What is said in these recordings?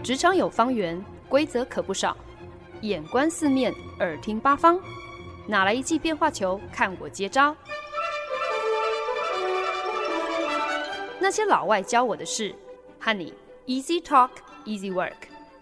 职场有方圆，规则可不少。眼观四面，耳听八方，哪来一记变化球？看我接招！那些老外教我的事，和你 Easy Talk Easy Work。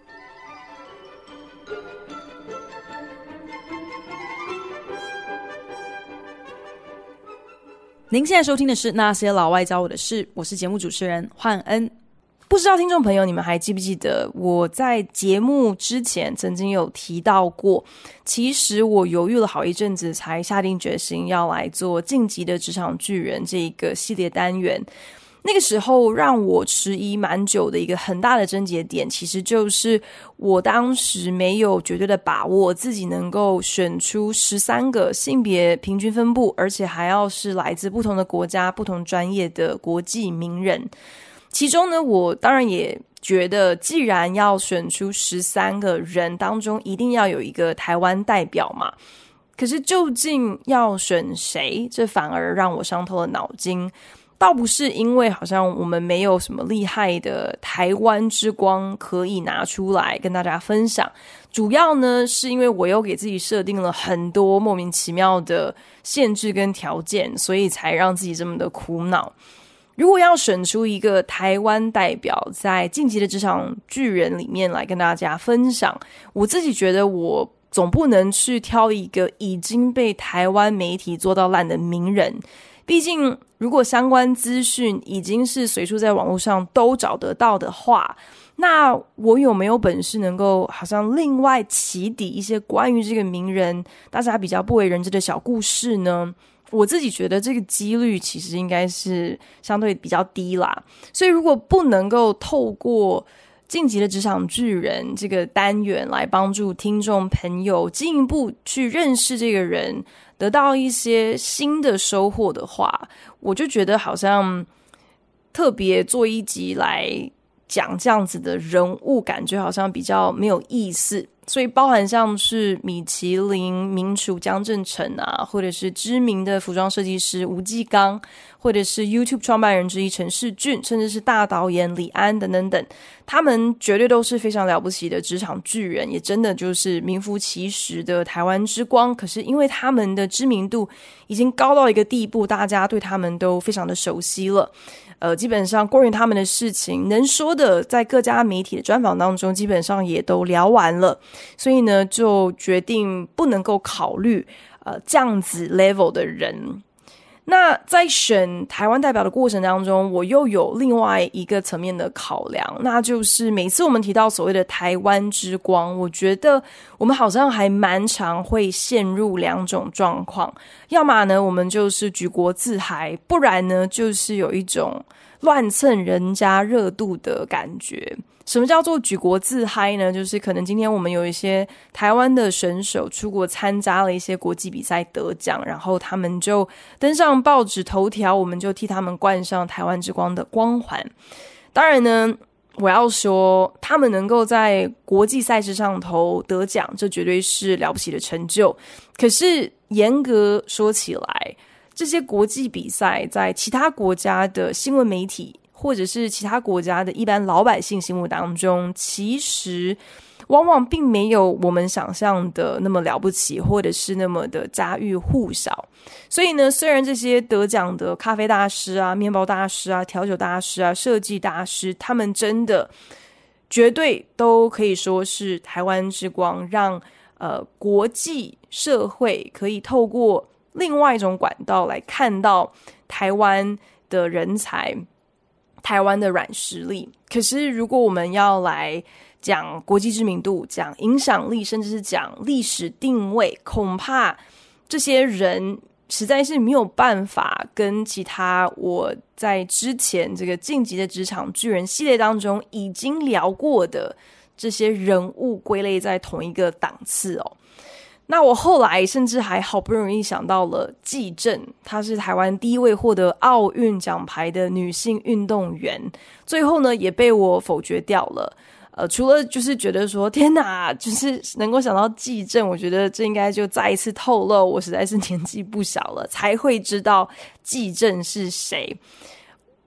您现在收听的是《那些老外教我的事》，我是节目主持人焕恩。不知道听众朋友你们还记不记得，我在节目之前曾经有提到过，其实我犹豫了好一阵子才下定决心要来做晋级的职场巨人这个系列单元。那个时候让我迟疑蛮久的一个很大的症结点，其实就是我当时没有绝对的把握自己能够选出13个性别平均分布，而且还要是来自不同的国家、不同专业的国际名人。其中呢，我当然也觉得既然要选出13个人当中一定要有一个台湾代表嘛，可是究竟要选谁，这反而让我伤透了脑筋。倒不是因为好像我们没有什么厉害的台湾之光可以拿出来跟大家分享，主要呢是因为我又给自己设定了很多莫名其妙的限制跟条件，所以才让自己这么的苦恼。如果要选出一个台湾代表在晋级的职场巨人里面来跟大家分享，我自己觉得我总不能去挑一个已经被台湾媒体做到烂的名人，毕竟如果相关资讯已经是随处在网络上都找得到的话，那我有没有本事能够好像另外起底一些关于这个名人大家比较不为人知的小故事呢？我自己觉得这个几率其实应该是相对比较低啦，所以如果不能够透过晋级的职场巨人这个单元来帮助听众朋友进一步去认识这个人，得到一些新的收获的话，我就觉得好像特别做一集来讲这样子的人物，感觉好像比较没有意思。所以包含像是米其林名厨江振成啊，或者是知名的服装设计师吴继刚，或者是 YouTube 创办人之一陈士峻，甚至是大导演李安等等等，他们绝对都是非常了不起的职场巨人，也真的就是名副其实的台湾之光。可是因为他们的知名度已经高到一个地步，大家对他们都非常的熟悉了。基本上关于他们的事情能说的在各家媒体的专访当中基本上也都聊完了，所以呢就决定不能够考虑这样子 level 的人。那在选台湾代表的过程当中，我又有另外一个层面的考量，那就是每次我们提到所谓的台湾之光，我觉得我们好像还蛮常会陷入两种状况，要么呢我们就是举国自嗨，不然呢就是有一种乱蹭人家热度的感觉。什么叫做举国自嗨呢？就是可能今天我们有一些台湾的选手出国参加了一些国际比赛得奖，然后他们就登上报纸头条，我们就替他们冠上台湾之光的光环。当然呢，我要说他们能够在国际赛事上头得奖，这绝对是了不起的成就。可是严格说起来，这些国际比赛在其他国家的新闻媒体或者是其他国家的一般老百姓心目当中，其实往往并没有我们想象的那么了不起，或者是那么的家喻户晓。所以呢，虽然这些得奖的咖啡大师啊、面包大师啊、调酒大师啊、设计大师，他们真的绝对都可以说是台湾之光，让国际社会可以透过另外一种管道来看到台湾的人才，台湾的软实力。可是如果我们要来讲国际知名度、讲影响力，甚至是讲历史定位，恐怕这些人实在是没有办法跟其他我在之前这个晋级的职场巨人系列当中已经聊过的这些人物归类在同一个档次哦。那我后来甚至还好不容易想到了纪政，她是台湾第一位获得奥运奖牌的女性运动员，最后呢也被我否决掉了。除了就是觉得说天哪，就是能够想到纪政，我觉得这应该就再一次透露我实在是年纪不小了，才会知道纪政是谁。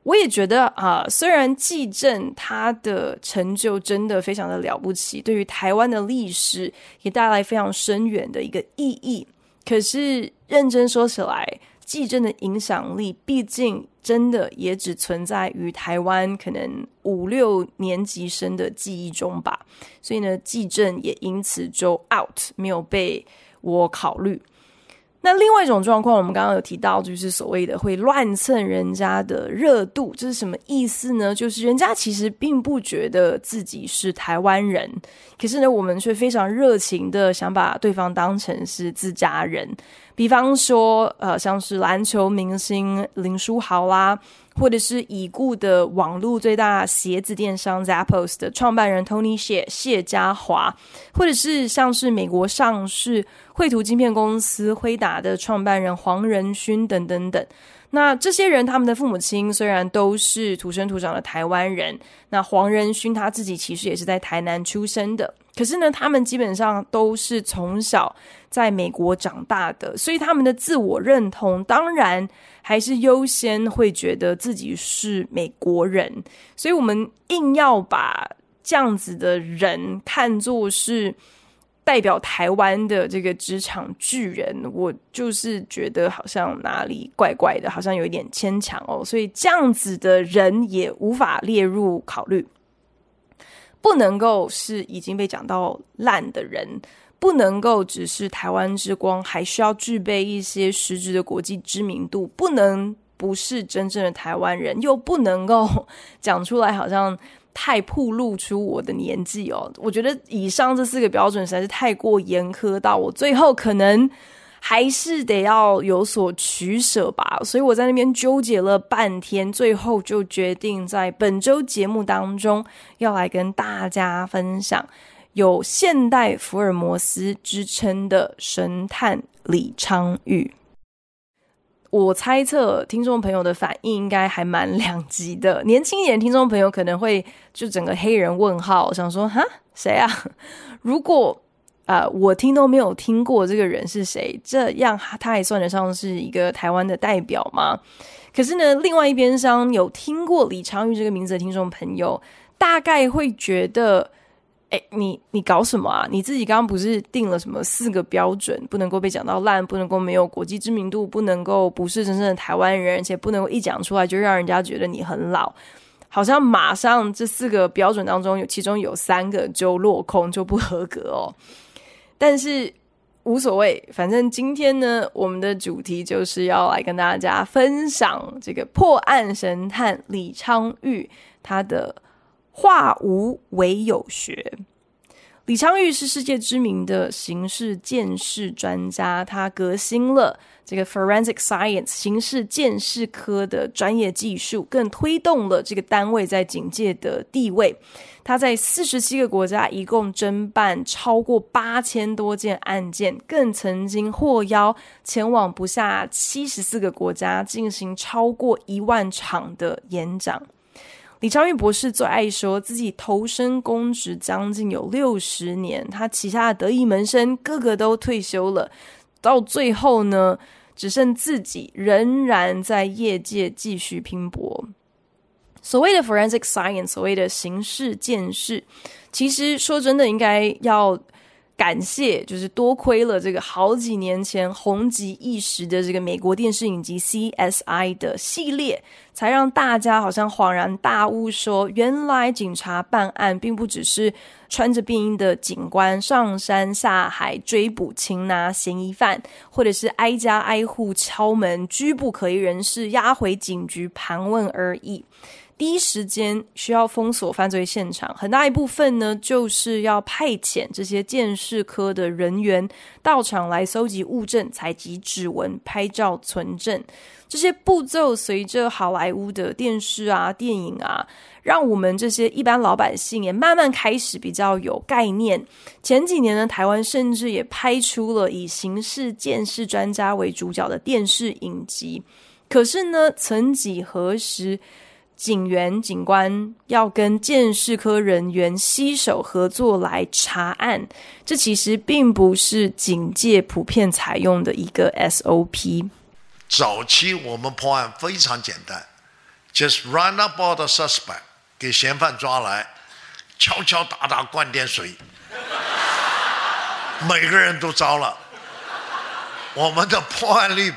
我也觉得虽然纪政他的成就真的非常的了不起，对于台湾的历史也带来非常深远的一个意义，可是认真说起来，纪政的影响力毕竟真的也只存在于台湾可能5-6年级生的记忆中吧，所以呢，纪政也因此就 out， 没有被我考虑。那另外一种状况，我们刚刚有提到，就是所谓的会乱蹭人家的热度，这是什么意思呢？就是人家其实并不觉得自己是台湾人，可是呢，我们却非常热情的想把对方当成是自家人。比方说，像是篮球明星林书豪啦，或者是已故的网络最大鞋子电商 Zappos 的创办人 Tony Hsieh 谢家华，或者是像是美国上市绘图晶片公司辉达的创办人黄仁勋等等等。那这些人他们的父母亲虽然都是土生土长的台湾人，那黄仁勋他自己其实也是在台南出生的，可是呢，他们基本上都是从小在美国长大的，所以他们的自我认同当然还是优先会觉得自己是美国人，所以我们硬要把这样子的人看作是代表台湾的这个职场巨人，我就是觉得好像哪里怪怪的，好像有一点牵强哦，所以这样子的人也无法列入考虑。不能够是已经被讲到烂的人，不能够只是台湾之光，还需要具备一些实质的国际知名度，不能不是真正的台湾人，又不能够讲出来好像太暴露出我的年纪哦。我觉得以上这4个标准实在是太过严苛，到我最后可能还是得要有所取舍吧，所以我在那边纠结了半天，最后就决定在本周节目当中要来跟大家分享有现代福尔摩斯之称的神探李昌钰。我猜测听众朋友的反应应该还蛮两极的，年轻一点的听众朋友可能会就整个黑人问号，想说哈谁啊？如果我听都没有听过这个人是谁，这样他还算得上是一个台湾的代表吗？可是呢，另外一边上有听过李昌钰这个名字的听众朋友，大概会觉得你搞什么啊？你自己刚刚不是定了什么4个标准，不能够被讲到烂，不能够没有国际知名度，不能够不是真正的台湾人，而且不能够一讲出来就让人家觉得你很老，好像马上这4个标准当中其中有3个就落空，就不合格哦。但是无所谓，反正今天呢，我们的主题就是要来跟大家分享这个破案神探李昌钰他的化无为有学。李昌钰是世界知名的刑事鉴识专家，他革新了这个 forensic science 刑事鉴识科的专业技术，更推动了这个单位在警界的地位。他在47个国家一共侦办超过8000多件案件，更曾经获邀前往不下74个国家进行超过1万场的演讲。李昌钰博士最爱说自己投身公职将近有60年，他旗下的得意门生个个都退休了，到最后呢，只剩自己仍然在业界继续拼搏。所谓的 forensic science， 所谓的刑事鉴识，其实说真的应该要感谢，就是多亏了这个好几年前红极一时的这个美国电视影集 CSI 的系列，才让大家好像恍然大悟说，原来警察办案并不只是穿着便衣的警官上山下海追捕擒拿嫌疑犯，或者是挨家挨户敲门拘捕可疑人士押回警局盘问而已。第一时间需要封锁犯罪现场，很大一部分呢，就是要派遣这些鉴识科的人员到场来搜集物证、采集指纹、拍照存证。这些步骤随着好莱坞的电视啊、电影啊，让我们这些一般老百姓也慢慢开始比较有概念。前几年呢，台湾甚至也拍出了以刑事鉴识专家为主角的电视影集。可是呢，曾几何时，警员、警官要跟鉴识科人员携手合作来查案，这其实并不是警界普遍采用的一个 SOP。 早期我们破案非常简单， just round up all the suspect， 给嫌犯抓来，敲敲打打灌点水，每个人都招了。我们的破案率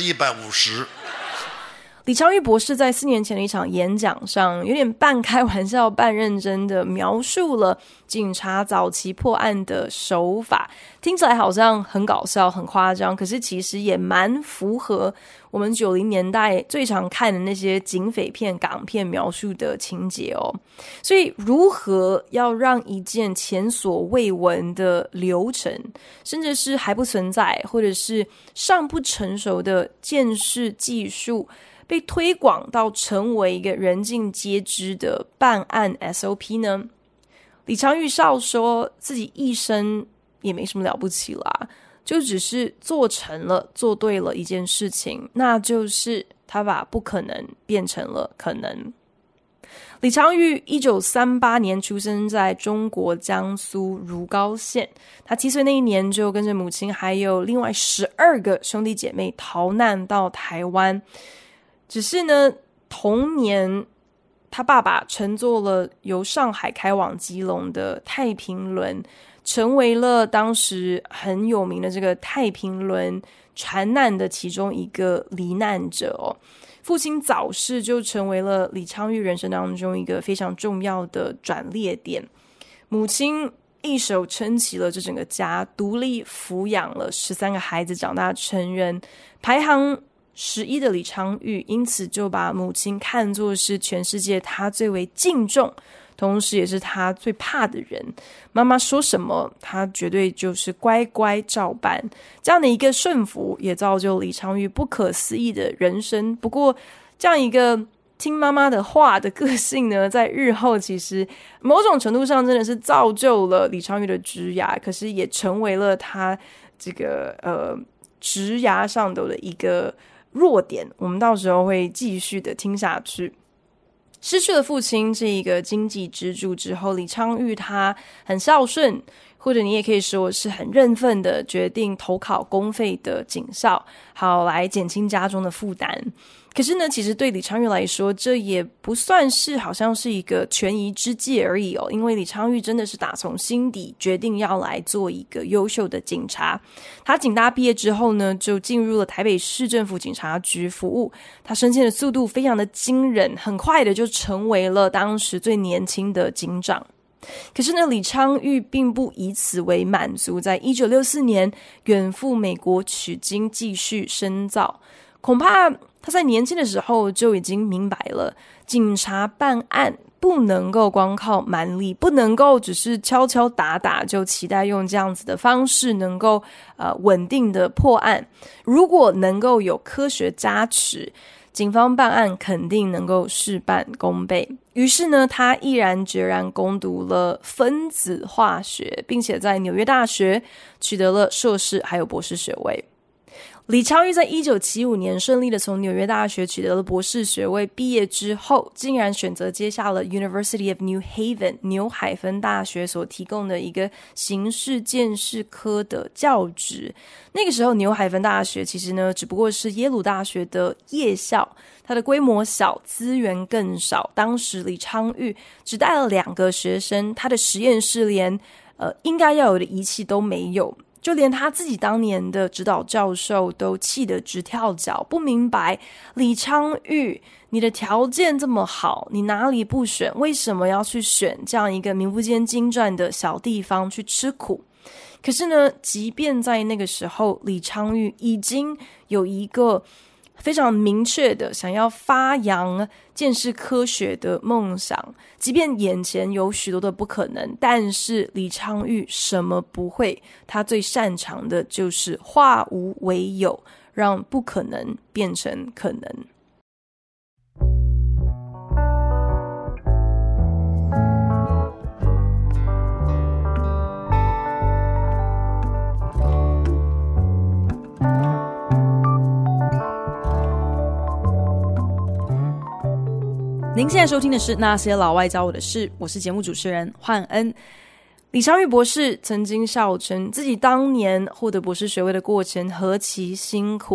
150%。 李昌钰博士在4年前的一场演讲上，有点半开玩笑半认真的描述了警察早期破案的手法，听起来好像很搞笑很夸张，可是其实也蛮符合我们90年代最常看的那些警匪片港片描述的情节哦。所以如何要让一件前所未闻的流程，甚至是还不存在或者是尚不成熟的鉴识技术，被推广到成为一个人尽皆知的办案 SOP 呢？李昌钰少说自己一生也没什么了不起啦，就只是做成了做对了一件事情，那就是他把不可能变成了可能。李昌钰1938年出生在中国江苏如皋县，他7岁那一年就跟着母亲还有另外12个兄弟姐妹逃难到台湾。只是呢，同年他爸爸乘坐了由上海开往基隆的太平轮，成为了当时很有名的这个太平轮船难的其中一个罹难者哦。父亲早逝就成为了李昌钰人生当中一个非常重要的转捩点。母亲一手撑起了这整个家，独立抚养了13个孩子长大成人，排行11的李昌钰因此就把母亲看作是全世界他最为敬重，同时也是他最怕的人。妈妈说什么他绝对就是乖乖照办，这样的一个顺服也造就李昌钰不可思议的人生。不过这样一个听妈妈的话的个性呢，在日后其实某种程度上真的是造就了李昌钰的职涯，可是也成为了他这个职涯上的一个弱点，我们到时候会继续的听下去。失去了父亲这一个经济支柱之后，李昌钰他很孝顺，或者你也可以说是很认份的决定投考公费的警校，好来减轻家中的负担。可是呢，其实对李昌钰来说，这也不算是好像是一个权宜之计而已哦，因为李昌钰真的是打从心底决定要来做一个优秀的警察。他警大毕业之后呢，就进入了台北市政府警察局服务。他升迁的速度非常的惊人，很快的就成为了当时最年轻的警长。可是呢，李昌钰并不以此为满足，在1964年远赴美国取经，继续深造。恐怕他在年轻的时候就已经明白了，警察办案不能够光靠蛮力，不能够只是敲敲打打就期待用这样子的方式能够稳定的破案。如果能够有科学加持，警方办案肯定能够事半功倍。于是呢，他毅然决然攻读了分子化学，并且在纽约大学取得了硕士还有博士学位。李昌钰在1975年顺利的从纽约大学取得了博士学位，毕业之后竟然选择接下了 University of New Haven 纽海芬大学所提供的一个刑事鉴识科的教职。那个时候纽海芬大学其实呢只不过是耶鲁大学的夜校，它的规模小，资源更少。当时李昌钰只带了2个学生，他的实验室连应该要有的仪器都没有，就连他自己当年的指导教授都气得直跳脚，不明白李昌钰，你的条件这么好，你哪里不选？为什么要去选这样一个名不见经传的小地方去吃苦？可是呢，即便在那个时候，李昌钰已经有一个非常明确的想要发扬鉴识科学的梦想，即便眼前有许多的不可能，但是李昌钰什么不会，他最擅长的就是化无为有，让不可能变成可能。您现在收听的是那些老外教我的事，我是节目主持人焕恩。李昌钰博士曾经笑称自己当年获得博士学位的过程何其辛苦，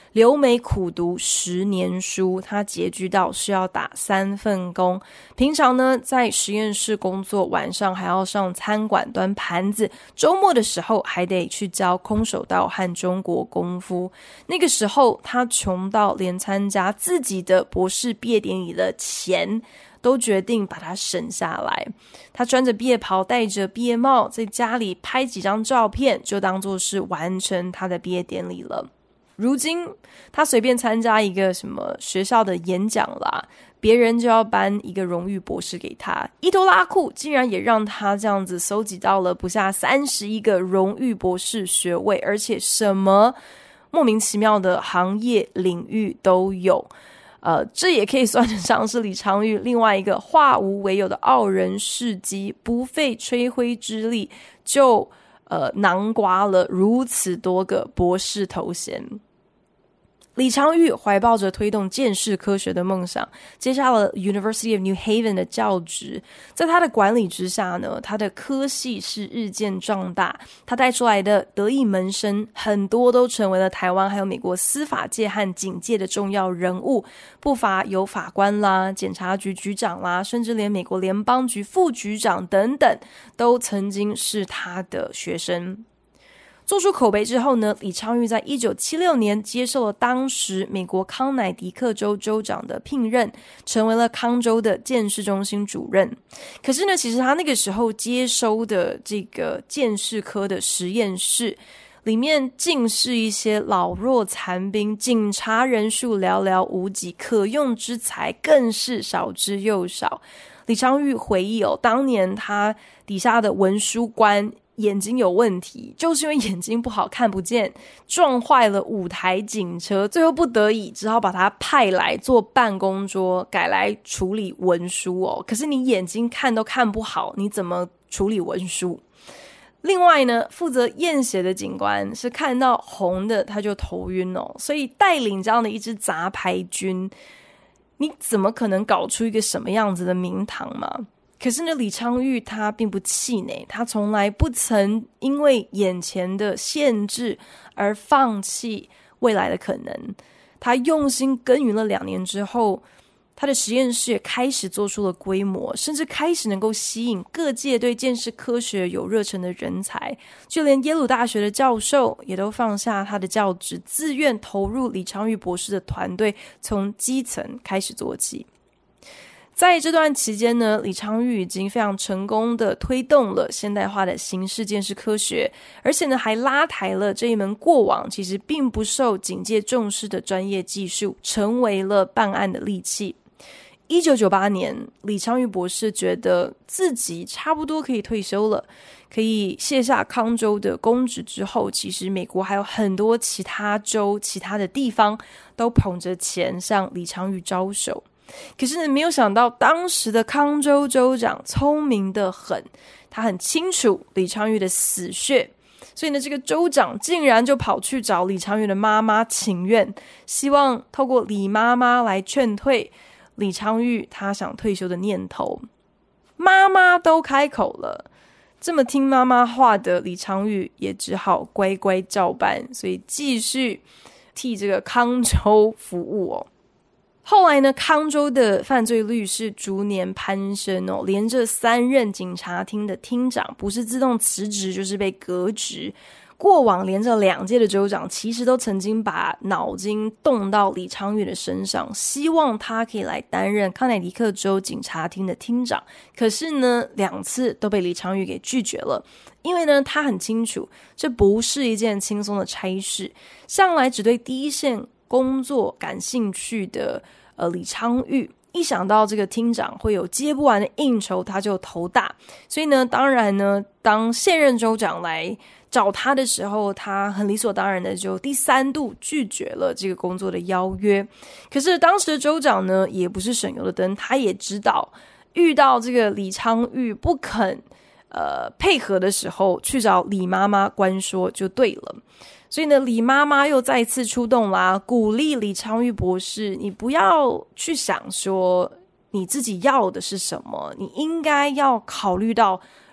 留美苦读10年书，他拮据到是要打3份工。平常呢在实验室工作，晚上还要上餐馆端盘子，周末的时候还得去教空手道和中国功夫。那个时候他穷到连参加自己的博士毕业典礼的钱都决定把它省下来。他穿着毕业袍，戴着毕业帽，在家里拍几张照片，就当作是完成他的毕业典礼了。如今他随便参加一个什么学校的演讲啦，别人就要颁一个荣誉博士给他，一拖拉库竟然也让他这样子搜集到了不下31个荣誉博士学位，而且什么莫名其妙的行业领域都有。这也可以算得上是李昌钰另外一个化无为有的傲人事迹，不费吹灰之力就囊括了如此多个博士头衔。李昌钰怀抱着推动鉴识科学的梦想，接下了 University of New Haven 的教职。在他的管理之下呢，他的科系是日渐壮大，他带出来的得意门生很多都成为了台湾还有美国司法界和警界的重要人物，不乏有法官啦、检察局局长啦，甚至连美国联邦局副局长等等都曾经是他的学生。做出口碑之后呢，李昌钰在1976年接受了当时美国康乃狄克州州长的聘任，成为了康州的鉴识中心主任。可是呢，其实他那个时候接收的这个鉴识科的实验室里面尽是一些老弱残兵，警察人数寥寥无几，可用之才更是少之又少。李昌钰回忆当年他底下的文书官眼睛有问题，就是因为眼睛不好看不见，撞坏了5台警车，最后不得已只好把他派来做办公桌，改来处理文书可是你眼睛看都看不好，你怎么处理文书？另外呢，负责验血的警官是看到红的他就头晕所以带领这样的一支杂牌军，你怎么可能搞出一个什么样子的名堂嘛？可是呢，李昌钰他并不气馁，他从来不曾因为眼前的限制而放弃未来的可能。他用心耕耘了2年之后，他的实验室也开始做出了规模，甚至开始能够吸引各界对鉴识科学有热忱的人才，就连耶鲁大学的教授也都放下他的教职，自愿投入李昌钰博士的团队，从基层开始做起。在这段期间呢，李昌钰已经非常成功的推动了现代化的刑事鉴识科学，而且呢还拉抬了这一门过往其实并不受警界重视的专业技术，成为了办案的利器。1998年，李昌钰博士觉得自己差不多可以退休了，可以卸下康州的公职之后，其实美国还有很多其他州、其他的地方都捧着钱向李昌钰招手。可是没有想到，当时的康州州长聪明得很，他很清楚李昌钰的死穴，所以呢，这个州长竟然就跑去找李昌钰的妈妈请愿，希望透过李妈妈来劝退李昌钰他想退休的念头。妈妈都开口了，这么听妈妈话的李昌钰也只好乖乖照办，所以继续替这个康州服务后来呢，康州的犯罪率是逐年攀升连着3任警察厅的厅长不是自动辞职就是被革职。过往连着2届的州长其实都曾经把脑筋动到李昌钰的身上，希望他可以来担任康乃狄克州警察厅的厅长，可是呢2次都被李昌钰给拒绝了。因为呢他很清楚这不是一件轻松的差事，向来只对第一线工作感兴趣的李昌钰一想到这个厅长会有接不完的应酬，他就头大。所以呢，当然呢，当现任州长来找他的时候，他很理所当然的就第3度拒绝了这个工作的邀约。可是当时的州长呢，也不是省油的灯，他也知道遇到这个李昌钰不肯配合的时候，去找李妈妈关说就对了。所以呢，李妈妈又再次出动啦，鼓励李昌钰博士，你不要去想说你自己要的是什么，你应该要考虑到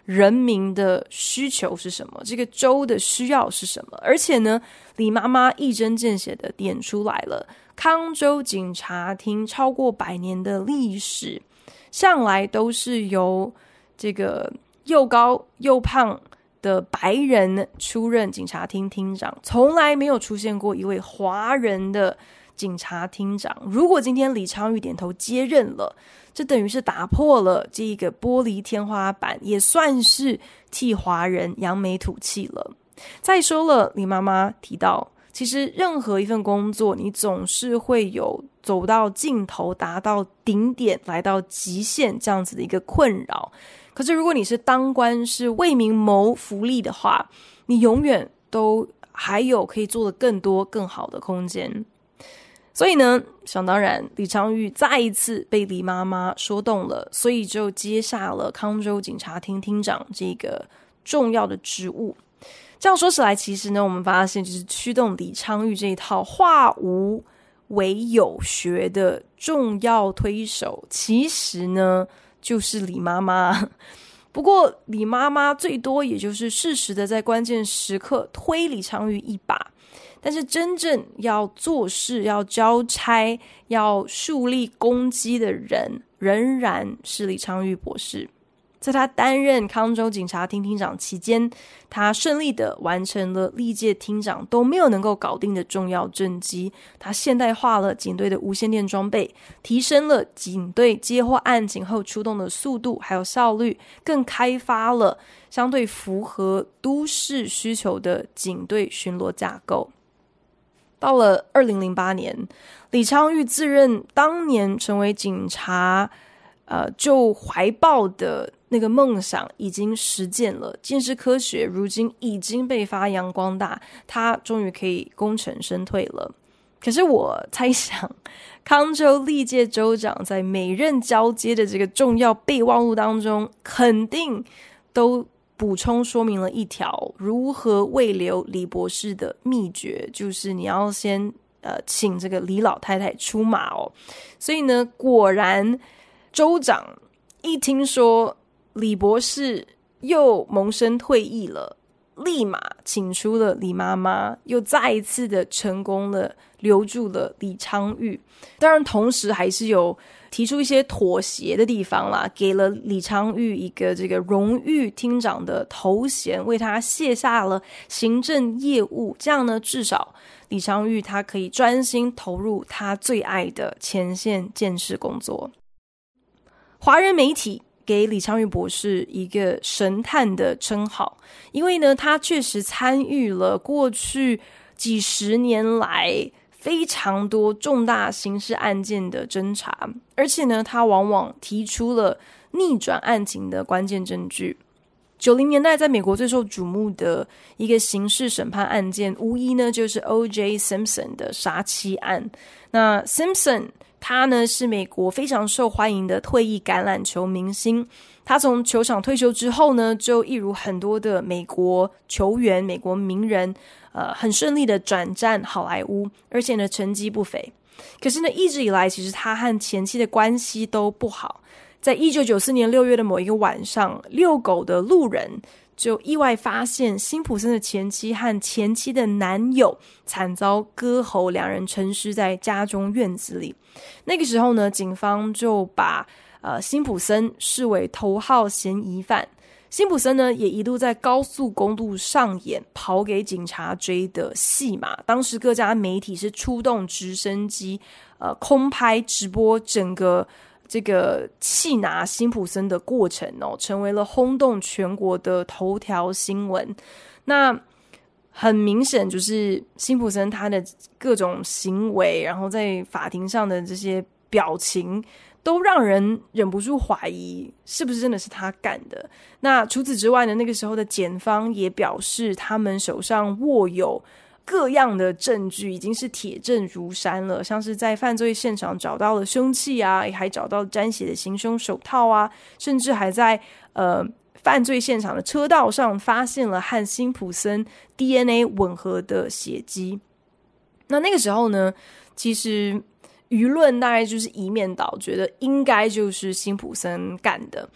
人民的需求是什么，这个州的需要是什么。而且呢，李妈妈一针见血的点出来了，康州警察厅超过100年的历史，向来都是由这个又高又胖的白人出任警察厅厅长，从来没有出现过一位华人的警察厅长。如果今天李昌钰点头接任了，这等于是打破了这个玻璃天花板，也算是替华人扬眉吐气了。再说了，李妈妈提到，其实任何一份工作，你总是会有走到尽头、达到顶点、来到极限这样子的一个困扰。可是如果你是当官，是为民谋福利的话，你永远都还有可以做得更多更好的空间。所以呢，想当然，李昌钰再一次被李妈妈说动了，所以就接下了康州警察厅厅长这个重要的职务。这样说起来，其实呢，我们发现就是驱动李昌钰这一套化无为有学的重要推手，其实呢就是李妈妈。不过李妈妈最多也就是适时的在关键时刻推李昌钰一把，但是真正要做事、要交差、要树立功绩的人，仍然是李昌钰博士。在他担任康州警察厅厅长期间，他顺利的完成了历届厅长都没有能够搞定的重要政绩。他现代化了警队的无线电装备，提升了警队接获案情后出动的速度还有效率，更开发了相对符合都市需求的警队巡逻架构。到了2008年，李昌钰自认当年成为警察就怀抱的那个梦想已经实践了，鉴识科学如今已经被发扬光大，他终于可以功成身退了。可是我猜想，康州历届州长在每任交接的这个重要备忘录当中，肯定都补充说明了一条如何慰留李博士的秘诀，就是你要先请这个李老太太出马哦。所以呢，果然州长一听说李博士又萌生退役了，立马请出了李妈妈，又再一次的成功了留住了李昌钰。当然同时还是有提出一些妥协的地方啦，给了李昌钰一个这个荣誉厅长的头衔，为他卸下了行政业务，这样呢至少李昌钰他可以专心投入他最爱的前线建设工作。华人媒体给李昌钰博士一个神探的称号，因为呢，他确实参与了过去几十年来非常多重大刑事案件的侦查，而且呢，他往往提出了逆转案情的关键证据。90年代在美国最受瞩目的一个刑事审判案件，无疑呢就是 O.J. Simpson 的杀妻案。那 Simpson他呢是美国非常受欢迎的退役橄榄球明星，他从球场退休之后呢，就一如很多的美国球员、美国名人，很顺利的转战好莱坞，而且呢成绩不菲。可是呢，一直以来其实他和前妻的关系都不好。在1994年6月的某一个晚上，遛狗的路人就意外发现辛普森的前妻和前妻的男友惨遭割喉，两人沉尸在家中院子里。那个时候呢，警方就把辛普森视为头号嫌疑犯。辛普森呢也一度在高速公路上演跑给警察追的戏码，当时各家媒体是出动直升机空拍直播整个这个缉拿辛普森的过程哦，成为了轰动全国的头条新闻。那很明显就是辛普森他的各种行为，然后在法庭上的这些表情都让人忍不住怀疑是不是真的是他干的。那除此之外呢，那个时候的检方也表示他们手上握有各样的证据，已经是铁证如山了，像是在犯罪现场找到了凶器啊，还找到沾血的行凶手套啊，甚至还在犯罪现场的车道上发现了和辛普森 DNA 吻合的血迹。那个时候呢，其实舆论大概就是一面倒，觉得应该就是辛普森干的。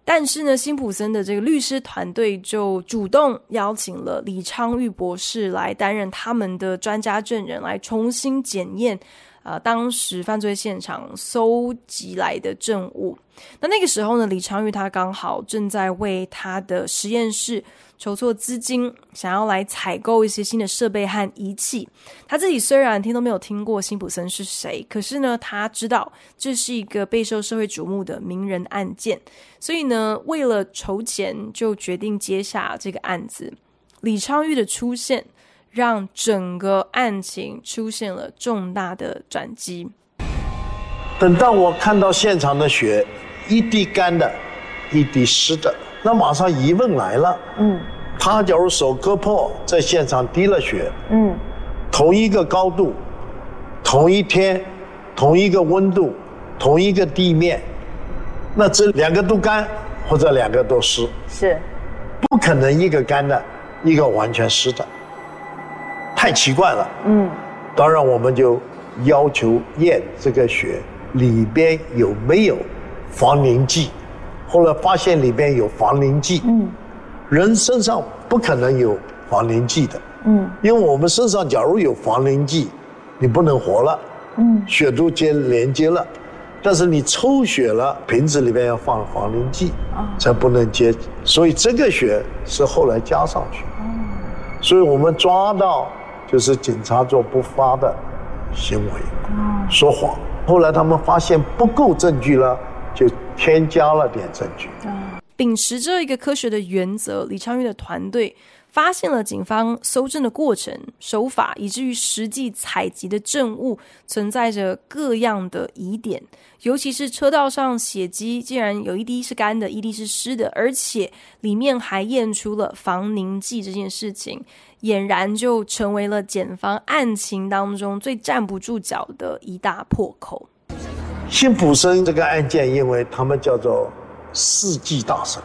但是呢，辛普森的这个律师团队就主动邀请了李昌钰博士来担任他们的专家证人，来重新检验当时犯罪现场搜集来的证物。那个时候呢，李昌钰他刚好正在为他的实验室筹措资金，想要来采购一些新的设备和仪器。他自己虽然听都没有听过辛普森是谁，可是呢，他知道这是一个备受社会瞩目的名人案件，所以呢，为了筹钱，就决定接下这个案子。李昌钰的出现让整个案情出现了重大的转机。 等到我看到现场的血，一滴干的，一滴湿的，那马上疑问来了。他假如手割破，在现场滴了血，同一个高度，同一天，同一个温度，同一个地面，那这两个都干，或者两个都湿， 是不可能一个干的，一个完全湿的，太奇怪了。当然我们就要求验这个血里边有没有防凝剂，后来发现里边有防凝剂。人身上不可能有防凝剂的。因为我们身上假如有防凝剂，你不能活了。血都连接了，但是你抽血了，瓶子里面要放防凝剂，才不能接。所以这个血是后来加上去。所以我们抓到就是警察做不法的行为，说谎。后来他们发现不够证据了，就添加了点证据。 秉持着一个科学的原则，李昌钰的团队发现了警方搜证的过程、手法，以至于实际采集的证物存在着各样的疑点，尤其是车道上血迹竟然有一滴是干的，一滴是湿的，而且里面还验出了防凝剂这件事情，俨然就成为了检方案情当中最站不住脚的一大破口。 辛普森这个案件，因为他们叫做世纪大神，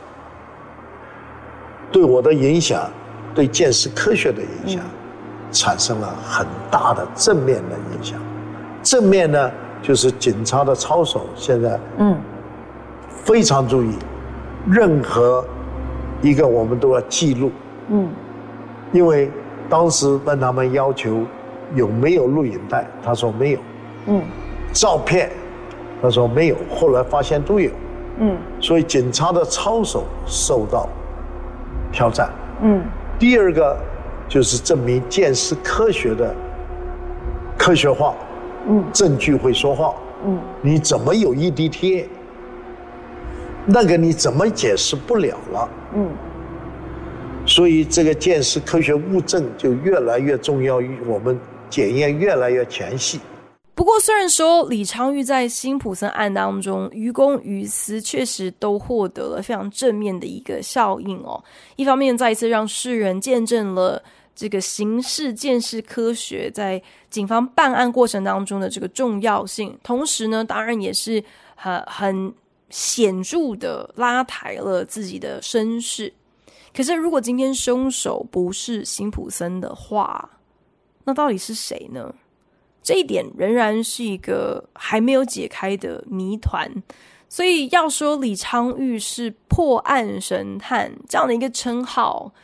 对我的影响，对鉴识科学的影响，产生了很大的正面的影响。正面呢，就是警察的操守现在非常注意，任何一个我们都要记录。因为当时问他们要求有没有录影带，他说没有。照片，他说没有，后来发现都有。所以警察的操守受到挑战。第二个就是证明鉴识科学的科学化。证据会说话。你怎么有一滴贴？那个你怎么解释不了了？所以这个鉴识科学物证就越来越重要，我们检验越来越全细。 不过虽然说李昌钰在辛普森案当中于公于私确实都获得了非常正面的一个效应哦，一方面再一次让世人见证了这个刑事鉴识科学在警方办案过程当中的这个重要性，同时呢当然也是很显著的拉抬了自己的声势。可是如果今天凶手不是辛普森的话，那到底是谁呢？这一点仍然是一个还没有解开的谜团。所以要说李昌钰是破案神探这样的一个称号，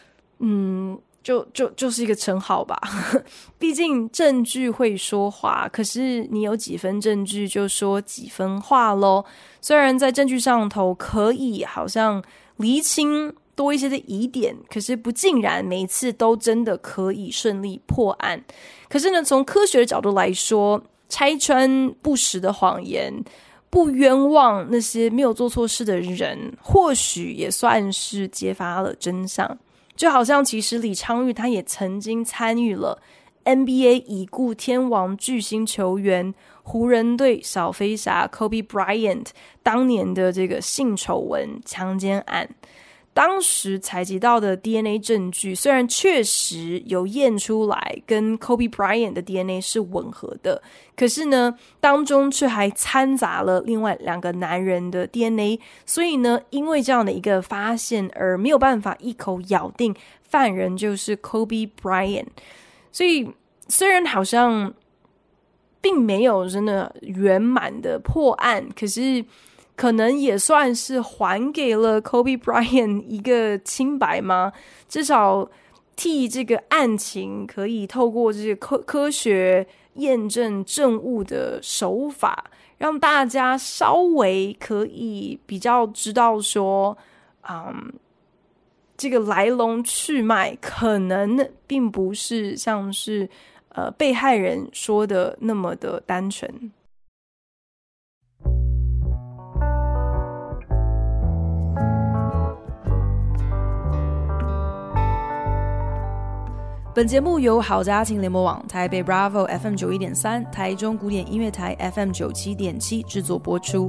就是一个称号吧。毕竟证据会说话，可是你有几分证据就说几分话咯。虽然在证据上头可以好像厘清多一些的疑点，可是不尽然每一次都真的可以顺利破案。可是呢，从科学的角度来说，拆穿不实的谎言，不冤枉那些没有做错事的人，或许也算是揭发了真相。就好像其实李昌钰他也曾经参与了 NBA 已故天王巨星球员湖人队小飞侠 Kobe Bryant 当年的这个性丑闻强奸案。当时采集到的 DNA 证据虽然确实有验出来跟 Kobe Bryant 的 DNA 是吻合的，可是呢当中却还掺杂了另外2个男人的 DNA， 所以呢因为这样的一个发现而没有办法一口咬定犯人就是 Kobe Bryant。 所以虽然好像并没有真的圆满的破案，可是可能也算是还给了 Kobe Bryant 一个清白吗？至少替这个案情可以透过这些科学验证证物的手法，让大家稍微可以比较知道说，这个来龙去脉可能并不是像是被害人说的那么的单纯。本节目由好家庭联播网、台北 Bravo FM 91.3、台中古典音乐台 FM 97.7制作播出。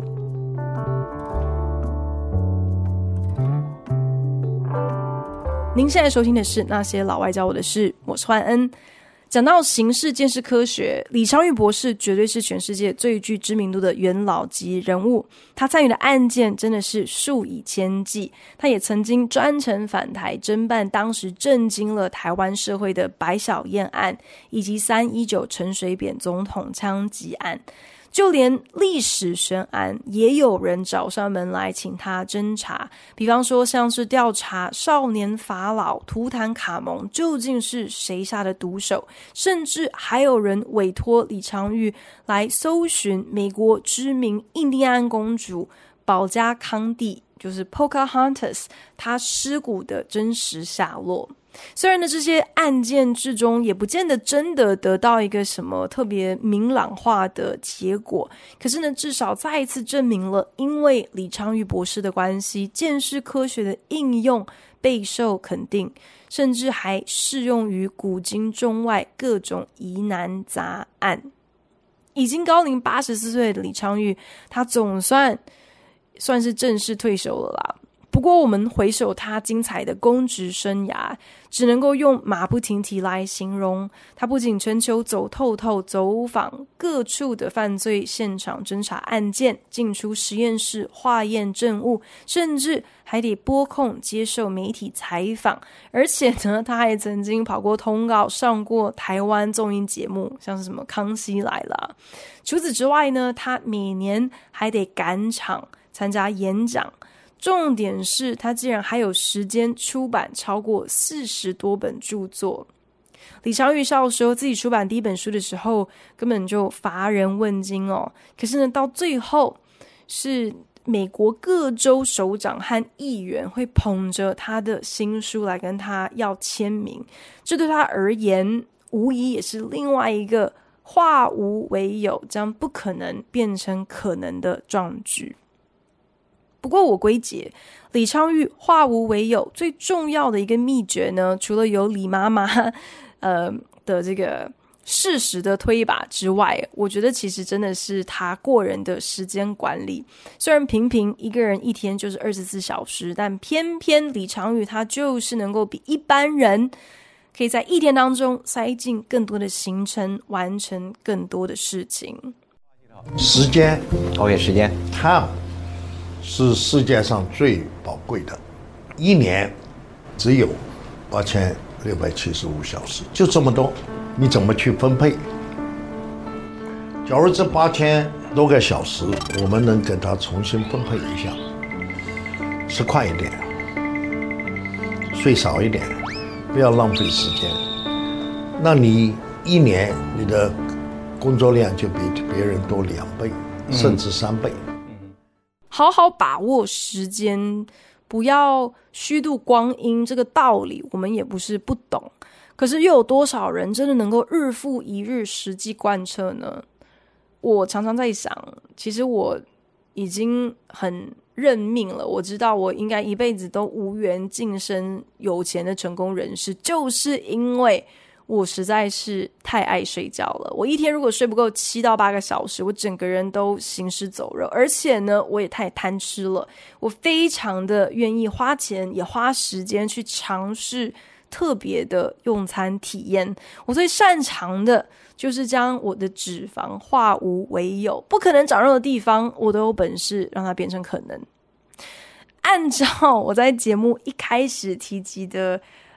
您现在收听的是《那些老外教我的事》，我是焕恩。讲到刑事鉴识科学，李昌钰博士绝对是全世界最具知名度的元老级人物，他参与的案件真的是数以千计。他也曾经专程返台侦办当时震惊了台湾社会的白小燕案，以及319陈水扁总统枪击案。就连历史悬案也有人找上门来请他侦查，比方说像是调查少年法老图坦卡蒙究竟是谁下的毒手，甚至还有人委托李昌钰来搜寻美国知名印第安公主保加康帝，就是 Pocahontas 她尸骨的真实下落。虽然呢，这些案件之中也不见得真的得到一个什么特别明朗化的结果，可是呢，至少再一次证明了，因为李昌钰博士的关系，鉴识科学的应用备受肯定，甚至还适用于古今中外各种疑难杂案。已经高龄84岁的李昌钰，他总算是正式退休了啦。不过我们回首他精彩的公职生涯，只能够用马不停蹄来形容。他不仅全球走透透，走访各处的犯罪现场侦查案件，进出实验室化验证物，甚至还得拨空接受媒体采访。而且呢，他还曾经跑过通告，上过台湾综艺节目，像是什么康熙来了。除此之外呢，他每年还得赶场参加演讲，重点是他竟然还有时间出版超过40多本著作。李昌钰少说自己出版第一本书的时候根本就乏人问津哦，可是呢，到最后是美国各州首长和议员会捧着他的新书来跟他要签名，这对他而言无疑也是另外一个化无为有，将不可能变成可能的壮举。不过我归结李昌钰化无为有最重要的一个秘诀呢，除了有李妈妈的这个适时的推把之外，我觉得其实真的是他过人的时间管理。虽然平平一个人一天就是24小时，但偏偏李昌钰他就是能够比一般人可以在一天当中塞进更多的行程，完成更多的事情。 时间 OK， 时间 time是世界上最宝贵的，一年只有8675小时，就这么多，你怎么去分配？假如这8000多个小时，我们能给它重新分配一下，吃快一点，睡少一点，不要浪费时间，那你一年你的工作量就比别人多2倍，甚至3倍。 好好把握时间，不要虚度光阴，这个道理我们也不是不懂，可是又有多少人真的能够日复一日实际贯彻呢？我常常在想，其实我已经很认命了，我知道我应该一辈子都无缘晋升有钱的成功人士，就是因为我实在是太爱睡觉了。我一天如果睡不够7到8个小时，我整个人都行尸走肉。而且呢，我也太贪吃了，我非常的愿意花钱也花时间去尝试特别的用餐体验。我最擅长的就是将我的脂肪化无为有，不可能长肉的地方我都有本事让它变成可能。按照我在节目一开始提及的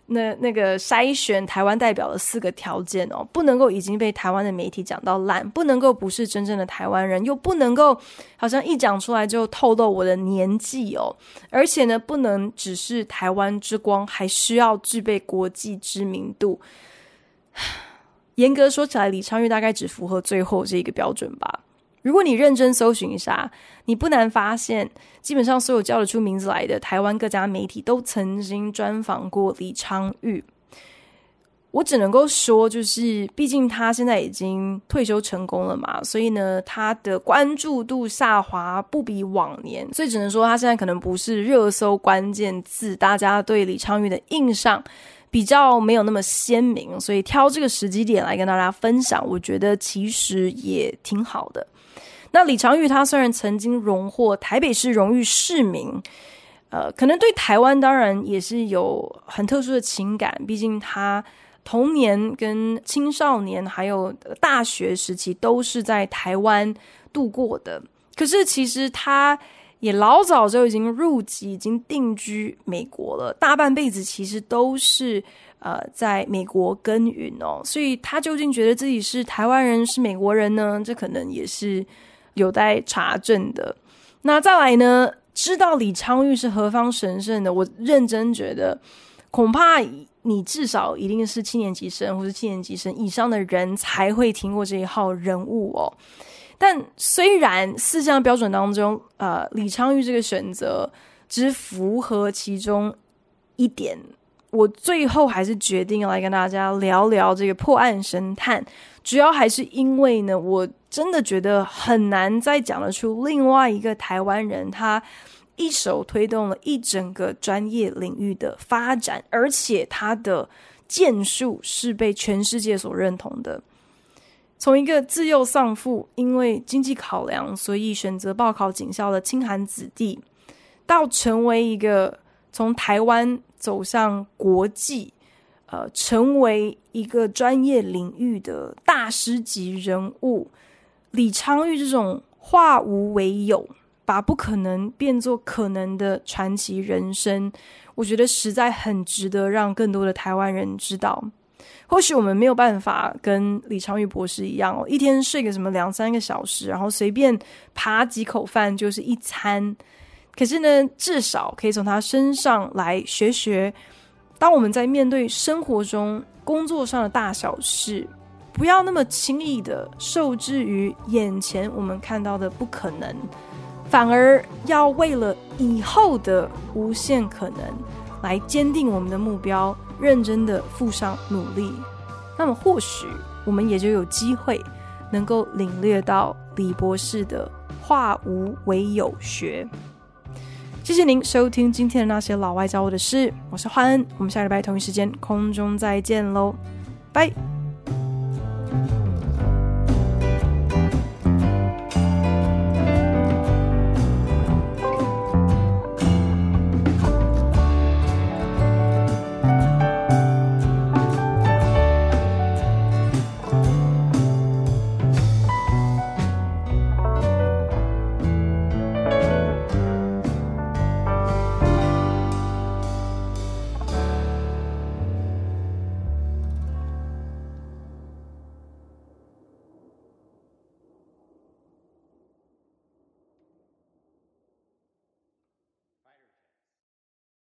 那个筛选台湾代表的4个条件哦，不能够已经被台湾的媒体讲到烂，不能够不是真正的台湾人，又不能够好像一讲出来就透露我的年纪哦，而且呢，不能只是台湾之光，还需要具备国际知名度。严格说起来，李昌钰大概只符合最后这个标准吧。如果你认真搜寻一下，你不难发现，基本上所有叫得出名字来的台湾各家媒体都曾经专访过李昌钰。我只能够说，就是毕竟他现在已经退休成功了嘛，所以呢，他的关注度下滑不比往年，所以只能说他现在可能不是热搜关键字，大家对李昌钰的印象比较没有那么鲜明，所以挑这个时机点来跟大家分享，我觉得其实也挺好的。那李昌钰他虽然曾经荣获台北市荣誉市民，可能对台湾当然也是有很特殊的情感，毕竟他童年跟青少年还有大学时期都是在台湾度过的。可是其实他也老早就已经入籍，已经定居美国了，大半辈子其实都是在美国耕耘哦。所以他究竟觉得自己是台湾人是美国人呢？这可能也是有待查证的。那再来呢，知道李昌钰是何方神圣的，我认真觉得恐怕你至少一定是7年级生或是7年级生以上的人才会听过这一号人物哦。但虽然4项标准当中李昌钰这个选择只符合其中一点，我最后还是决定要来跟大家聊聊这个破案神探，主要还是因为呢，我真的觉得很难再讲得出另外一个台湾人他一手推动了一整个专业领域的发展，而且他的建树是被全世界所认同的。从一个自幼丧父，因为经济考量所以选择报考警校的清寒子弟，到成为一个从台湾走向国际成为一个专业领域的大师级人物，李昌钰这种化无为有，把不可能变作可能的传奇人生，我觉得实在很值得让更多的台湾人知道。或许我们没有办法跟李昌钰博士一样一天睡个什么2-3个小时，然后随便扒几口饭就是一餐，可是呢，至少可以从他身上来学学，当我们在面对生活中工作上的大小事，不要那么轻易的受制于眼前我们看到的不可能，反而要为了以后的无限可能来坚定我们的目标，认真的付上努力。那么或许我们也就有机会能够领略到李博士的化无为有学。谢谢您收听今天的那些老外教我的事，我是焕恩，我们下礼拜同一时间空中再见咯，拜。